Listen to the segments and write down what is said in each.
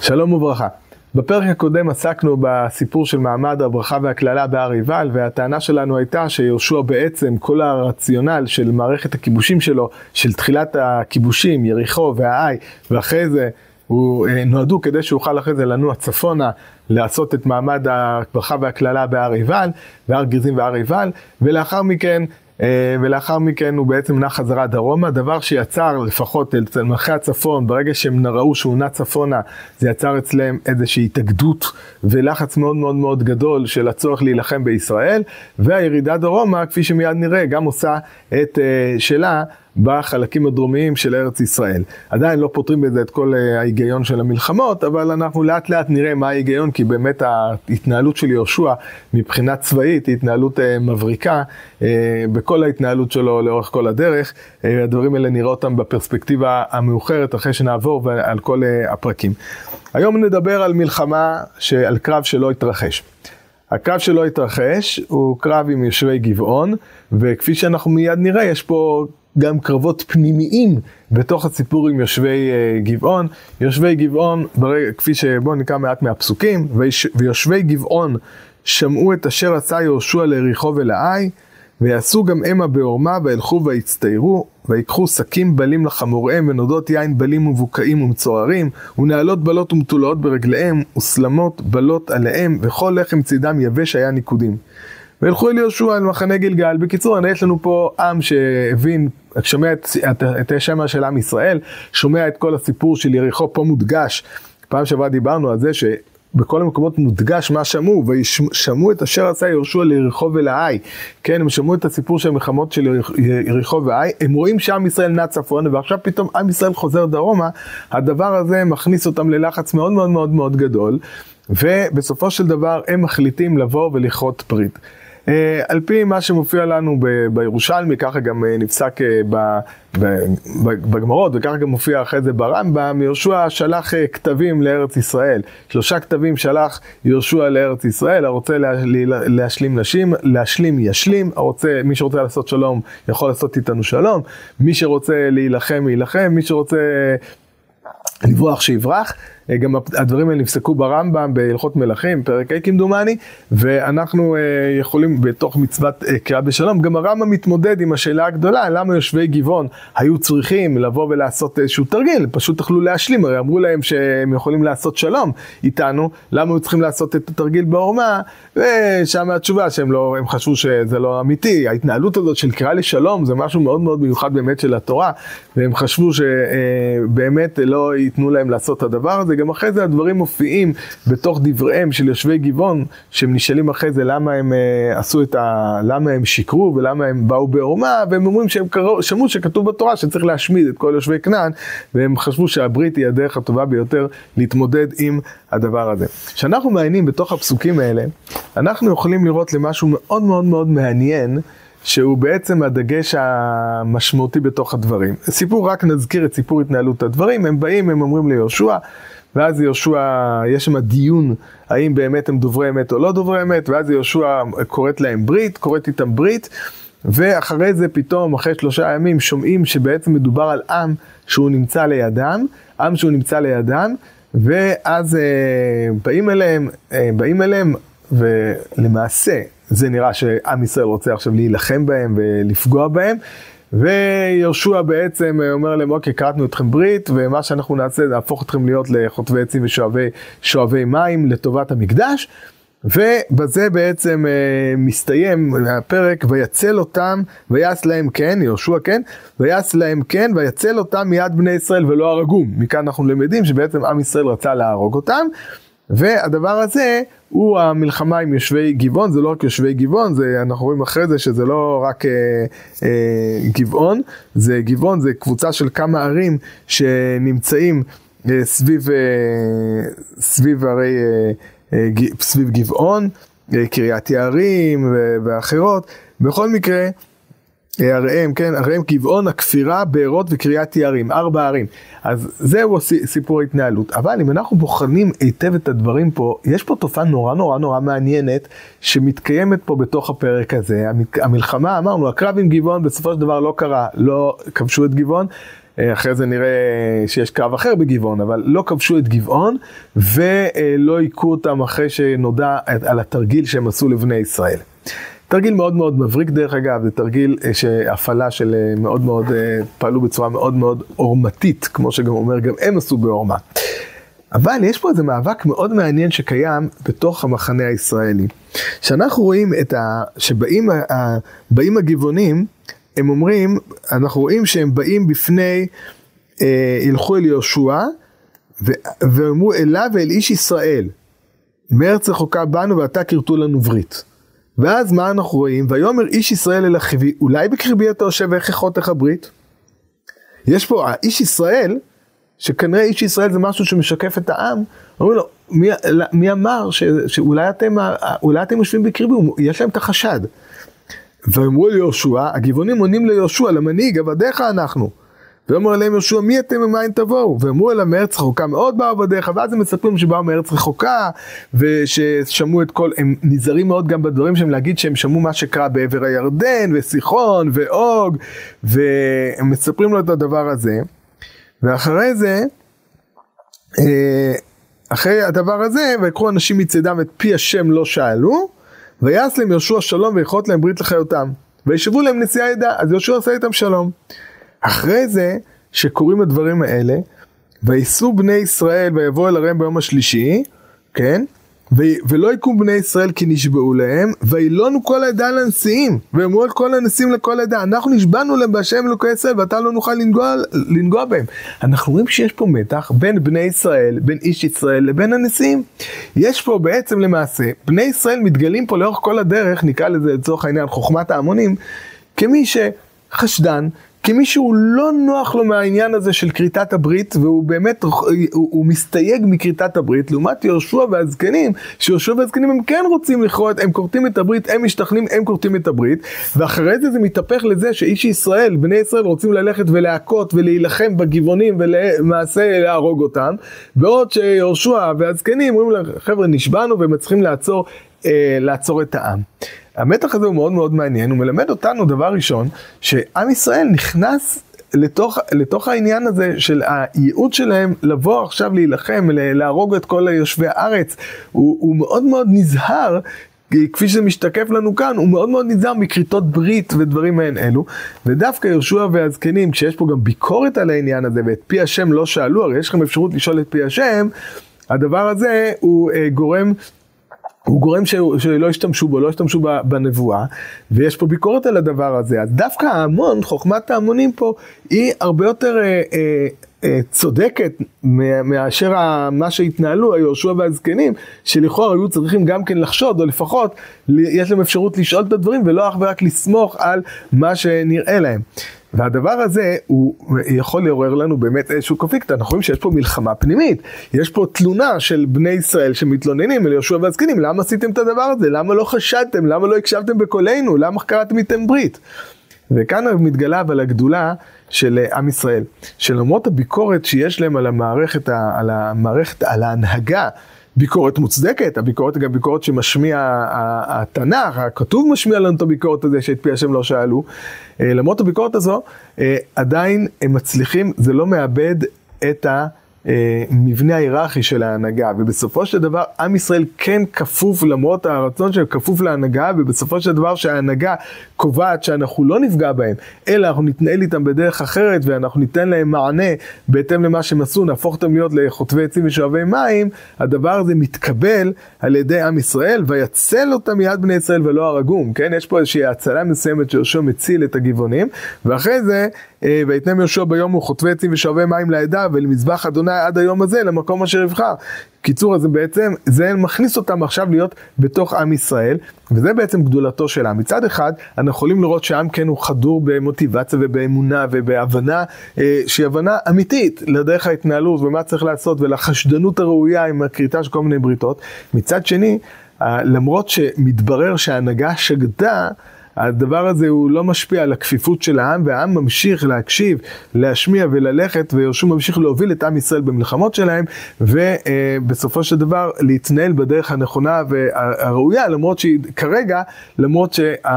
שלום וברכה. בפרק הקודם עסקנו בסיפור של מעמד הברכה והקללה בהר עיבל, והטענה שלנו הייתה שיהושע בעצם כל הרציונל של מערכת הכיבושים שלו, של תחילת הכיבושים, יריחו והאי, ואחרי זה הוא נועדו כדי שאוכל אחרי זה לנוע צפונה, לעשות את מעמד הברכה והקללה בהר עיבל, והר גריזים והר עיבל, ולאחר מכן הוא בעצם נע חזרה דרומה, דבר שיצר לפחות אצל מלכי הצפון, ברגע שהם ראו שהוא נע צפונה, זה יצר אצלם איזושהי התאגדות ולחץ מאוד מאוד מאוד גדול של הצורך להילחם בישראל, והירידה דרומה, כפי שמיד נראה, גם עושה את שלה בחלקים הדרומיים של ארץ ישראל. עדיין לא פותרים בזה את כל ההיגיון של המלחמות, אבל אנחנו לאט לאט נראה מה ההיגיון, כי באמת ההתנהלות של יהושע מבחינה צבאית היא התנהלות מבריקה בכל ההתנהלות שלו לאורך כל הדרך. הדברים האלה נראה אותם בפרספקטיבה המאוחרת אחרי שנעבור על כל הפרקים. היום נדבר על מלחמה, על קרב שלא התרחש. הקרב שלא התרחש הוא קרב עם יושבי גבעון, וכפי שאנחנו מיד נראה יש פה גם קרבות פנימיים בתוך הסיפור עם יושבי גבעון. יושבי גבעון, כפי שבואו נקרא מעט מהפסוקים, ויושבי גבעון שמעו את אשר עשה יהושע ליריחו ולאי, ויעשו גם המה בעורמה, והלכו והצטיירו, ויקחו שקים בלים לחמוריהם, ונודות יין בלים מבוקעים ומצוררים, ונעלות בלות ומתולעות ברגליהם, וסלמות בלות עליהם, וכל לחם צידם יבש היה ניקודים. והלכו אל יהושע אל מחנה גלגל. בקיצור, יש לנו פה עם שהבין, שומע את השם של עם ישראל, שומע את כל הסיפור של יריחו, פה מודגש. פעם שעברה דיברנו על זה שבכל המקומות מודגש מה שמעו, ושמעו את אשר עשה יהושע ליריחו ולאי. כן, הם שמעו את הסיפור של המלחמות של יריחו ואי, הם רואים שעם ישראל נע צפון, ועכשיו פתאום עם ישראל חוזר דרומה. הדבר הזה מכניס אותם ללחץ מאוד מאוד מאוד מאוד גדול, ובסופו של דבר הם מחליטים לבוא ולכרות ברית. על פי מה שמופיע לנו בירושלמי, ככה גם נפסק בגמרות, וככה גם מופיע אחרי זה ברמב"ם, יהושע שלח כתבים לארץ ישראל. 3 כתבים שלח יהושע לארץ ישראל, הרוצה להשלים ישלים, מי שרוצה לעשות שלום יכול לעשות איתנו שלום, מי שרוצה להילחם ילחם, מי שרוצה לברוח שיברח. גם הדברים האלה נפסקו ברמב"ם בהלכות מלכים, פרק ה' כמדומני, ואנחנו יכולים בתוך מצוות קריאה בשלום. גם הרמב"ם מתמודד עם השאלה הגדולה, למה יושבי גבעון היו צריכים לבוא ולעשות איזשהו תרגיל, פשוט יכלו להשלים, הרי אמרו להם שהם יכולים לעשות שלום איתנו, למה היו צריכים לעשות את התרגיל בעורמה, ושם התשובה שהם הם חשבו שזה לא אמיתי. ההתנהלות הזאת של קריאה לשלום זה משהו מאוד מאוד מיוחד באמת של התורה, והם חשבו שבאמת לא ייתנו להם לעשות את הדבר הזה. גם אחרי זה הדברים מופיעים בתוך דבריהם של יושבי גבעון, שהם נשאלים אחרי זה למה הם למה הם שיקרו ולמה הם באו בעורמה, והם אומרים שהם שמעו שכתוב בתורה שצריך להשמיד את כל יושבי כנען, והם חשבו שהברית היא הדרך הטובה ביותר להתמודד עם הדבר הזה. כשאנחנו מעיינים בתוך הפסוקים האלה, אנחנו יכולים לראות למשהו מאוד מאוד מאוד מעניין, שהוא בעצם הדגש המשמעותי בתוך הדברים. רק נזכיר את סיפור התנהלות הדברים, הם באים, הם אומרים ליהושע, ואז יהושע, יש שם דיון, האם באמת הם דוברי אמת או לא דוברי אמת, ואז יהושע קוראת איתם ברית, ואחרי זה פתאום, אחרי 3 ימים, שומעים שבעצם מדובר על עם שהוא נמצא לידם, ואז באים אליהם, ולמעשה, זה נראה שעם ישראל רוצה עכשיו להילחם בהם ולפגוע בהם, ויהושע בעצם אומר להם, אוקיי, קראתנו אתכם ברית, ומה שאנחנו נעשה זה להפוך אתכם להיות לחוטבי עצים ושואבי מים לטובת המקדש, ובזה בעצם מסתיים הפרק, ויצל אותם, ויעש להם כן, יהושע כן, ויעש להם כן, ויצל אותם מיד בני ישראל ולא הרגום. מכאן אנחנו למדים שבעצם עם ישראל רצה להרוג אותם, והדבר הזה הוא המלחמה עם יושבי גבעון. זה לא רק יושבי גבעון, אנחנו רואים אחרי זה שזה לא רק גבעון, זה קבוצה של כמה ערים שנמצאים סביב גבעון, קריית יערים ואחרות. בכל מקרה, עריהם גבעון, הכפירה, בארות וקריית יערים, 4 ערים. אז זהו סיפור ההתנהלות. אבל אם אנחנו בוחנים היטב את הדברים פה, יש פה תופעה נורא נורא נורא מעניינת, שמתקיימת פה בתוך הפרק הזה. המלחמה, אמרנו, הקרב עם גבעון בסופו של דבר לא קרה, לא כבשו את גבעון, אחרי זה נראה שיש קרב אחר בגבעון, אבל לא כבשו את גבעון, ולא עיקו אותם אחרי שנודע על התרגיל שהם עשו לבני ישראל. תרגיל מאוד מאוד מבריק דרך אגב, זה תרגיל שהפעלה של מאוד מאוד, פעלו בצורה מאוד מאוד עורמתית, כמו שגם אומר, גם הם עשו בעורמה. אבל יש פה איזה מאבק מאוד מעניין שקיים בתוך המחנה הישראלי. שאנחנו רואים שבאים הגבעונים, הם אומרים, אנחנו רואים שהם באים בפני, ילכו אל יהושע, ואמרו אליו ואל איש ישראל, מארץ רחוקה בנו ואתה כרתו לנו ברית. ואז מה אנחנו רואים? ויאמר איש ישראל אל אחיו, אולי בקרבי אתה יושב ואיך אכרתך ברית? יש פה האיש ישראל, שכנראה איש ישראל זה משהו שמשקף את העם, אומרים לו, מי אמר שאולי אתם יושבים בקרבי, יש להם את החשד. ואמרו ליהושע, הגבעונים עונים ליהושע, למנהיג, עבדיך אנחנו. ואומר אליהם יהושע, מי אתם ומאין תבואו? ואמרו אליהם מארץ רחוקה, מאוד באו עבדיך, ואז הם מספרים שבאו מארץ רחוקה, וששמעו את כל, הם נזהרים מאוד גם בדברים שהם להגיד שהם שמעו מה שקרה בעבר הירדן, וסיחון, ואוג, והם מספרים לו את הדבר הזה. ואחרי זה, אחרי הדבר הזה, ויקחו אנשים מצדם את פי השם לא שאלו, ויעש להם יהושע שלום ויכרות להם ברית לחיותם. וישבו להם נשיאי עדה, אז יהושע עשה איתם שלום. אחרי זה, שקוראים הדברים האלה, ויסעו בני ישראל ויבואו אל עריהם ביום השלישי, כן? ולא יקום בני ישראל כי נשבעו להם, וילונו כל העדה לנשיאים, ואמרו על כל הנשיאים לכל העדה, אנחנו נשבענו להם בהשם אלוקי ישראל, ואתה לא נוכל לנגוע בהם. אנחנו רואים שיש פה מתח בין בני ישראל, בין איש ישראל לבין הנשיאים. יש פה בעצם למעשה, בני ישראל מתגלים פה לאורך כל הדרך, נקרא לזה לצורך העניין חוכמת ההמונים, כמי שחשדן, כמי שהוא לא נוח לו מהעניין הזה של כריתת הברית, והוא באמת, הוא מסתייג מכריתת הברית, לעומת יהושע והזקנים, שיהושע והזקנים הם כן רוצים לכרות, הם כורתים את הברית, הם משתכנעים, הם כורתים את הברית, ואחרי זה מתהפך לזה שאיש ישראל, בני ישראל רוצים ללכת ולהכות ולהילחם בגבעונים ולמעשה להרוג אותם, בעוד שיהושע והזקנים אומרים להם, חבר'ה נשבענו והם צריכים לעצור את העם. המתח הזה הוא מאוד מאוד מעניין, הוא מלמד אותנו דבר ראשון, שעם ישראל נכנס לתוך העניין הזה של הייעוד שלהם לבוא עכשיו להילחם, להרוג את כל יושבי הארץ, הוא מאוד מאוד נזהר, כפי שזה משתקף לנו כאן, הוא מאוד מאוד נזהר מכריתות ברית ודברים מהן אלו, ודווקא יהושע והזקנים, כשיש פה גם ביקורת על העניין הזה, ואת פי השם לא שאלו, הרי יש לכם אפשרות לשאול את פי השם, הדבר הזה הוא גורם שלא השתמשו בו, לא השתמשו בנבואה, ויש פה ביקורת על הדבר הזה. אז דווקא ההמון, חוכמת ההמונים פה, היא הרבה יותר צודקת מאשר מה שהתנהלו היהושע והזקנים, שלכאורה היו צריכים גם כן לחשוד, או לפחות יש להם אפשרות לשאול את הדברים, ולא אך ורק לסמוך על מה שנראה להם. והדבר הזה הוא יכול לעורר לנו באמת איזשהו קונפליקט. אנחנו רואים שיש פה מלחמה פנימית, יש פה תלונה של בני ישראל שמתלוננים אל יהושע והזקנים, למה עשיתם את הדבר הזה? למה לא חשדתם? למה לא הקשבתם בקולנו? למה קראתם איתם ברית? וכאן מתגלה אבל הגדולה של עם ישראל, שלמרות הביקורת שיש להם על המערכת, על ההנהגה, ביקורת מוצדקת, הביקורת גם ביקורת שמשמיע התנ"ך, הכתוב משמיע לנו את הביקורת הזה שאת פי השם לא שאלו, למרות הביקורת הזו, עדיין הם מצליחים, זה לא מאבד את המבנה ההיררכי של ההנהגה, ובסופו של דבר עם ישראל כן כפוף, למרות הרצון שלו כפוף להנהגה, ובסופו של דבר שההנהגה קובעת שאנחנו לא נפגע בהם, אלא אנחנו נתנהל איתם בדרך אחרת, ואנחנו ניתן להם מענה בהתאם למה שהם עשו, נהפוך אותם להיות לחוטבי עצים ושואבי מים, הדבר הזה מתקבל על ידי עם ישראל, ויצל אותם מיד בני ישראל ולא הרגום, כן? יש פה איזושהי הצלה מסוימת שיהושע מציל את הגבעונים, ואחרי זה, ויתנם יהושע ביום הוא חוטבי עצים ושואבי מים לעדה, ולמזבח אדוני עד היום הזה, למקום אשר יבחר. קיצור, אז בעצם, זה מכניס אותם עכשיו להיות בתוך עם ישראל, וזה בעצם גדולתו של העם. מצד אחד, אנחנו יכולים לראות שהעם כן הוא חדור במוטיבציה ובאמונה ובהבנה, שהיא הבנה אמיתית לדרך ההתנהלות ומה צריך לעשות, ולחשדנות הראויה עם הכריתה של כל מיני בריתות. מצד שני, למרות שמתברר שההנהגה שגתה, הדבר הזה הוא לא משפיע על הכפיפות של העם, והעם ממשיך להקשיב, להשמיע וללכת, ויהושע ממשיך להוביל את עם ישראל במלחמות שלהם, ובסופו של דבר להתנהל בדרך הנכונה והראויה, למרות שהיא כרגע, למרות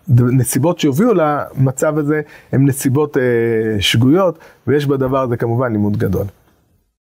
הנסיבות שהובילו למצב הזה הן נסיבות שגויות, ויש בדבר הזה כמובן לימוד גדול.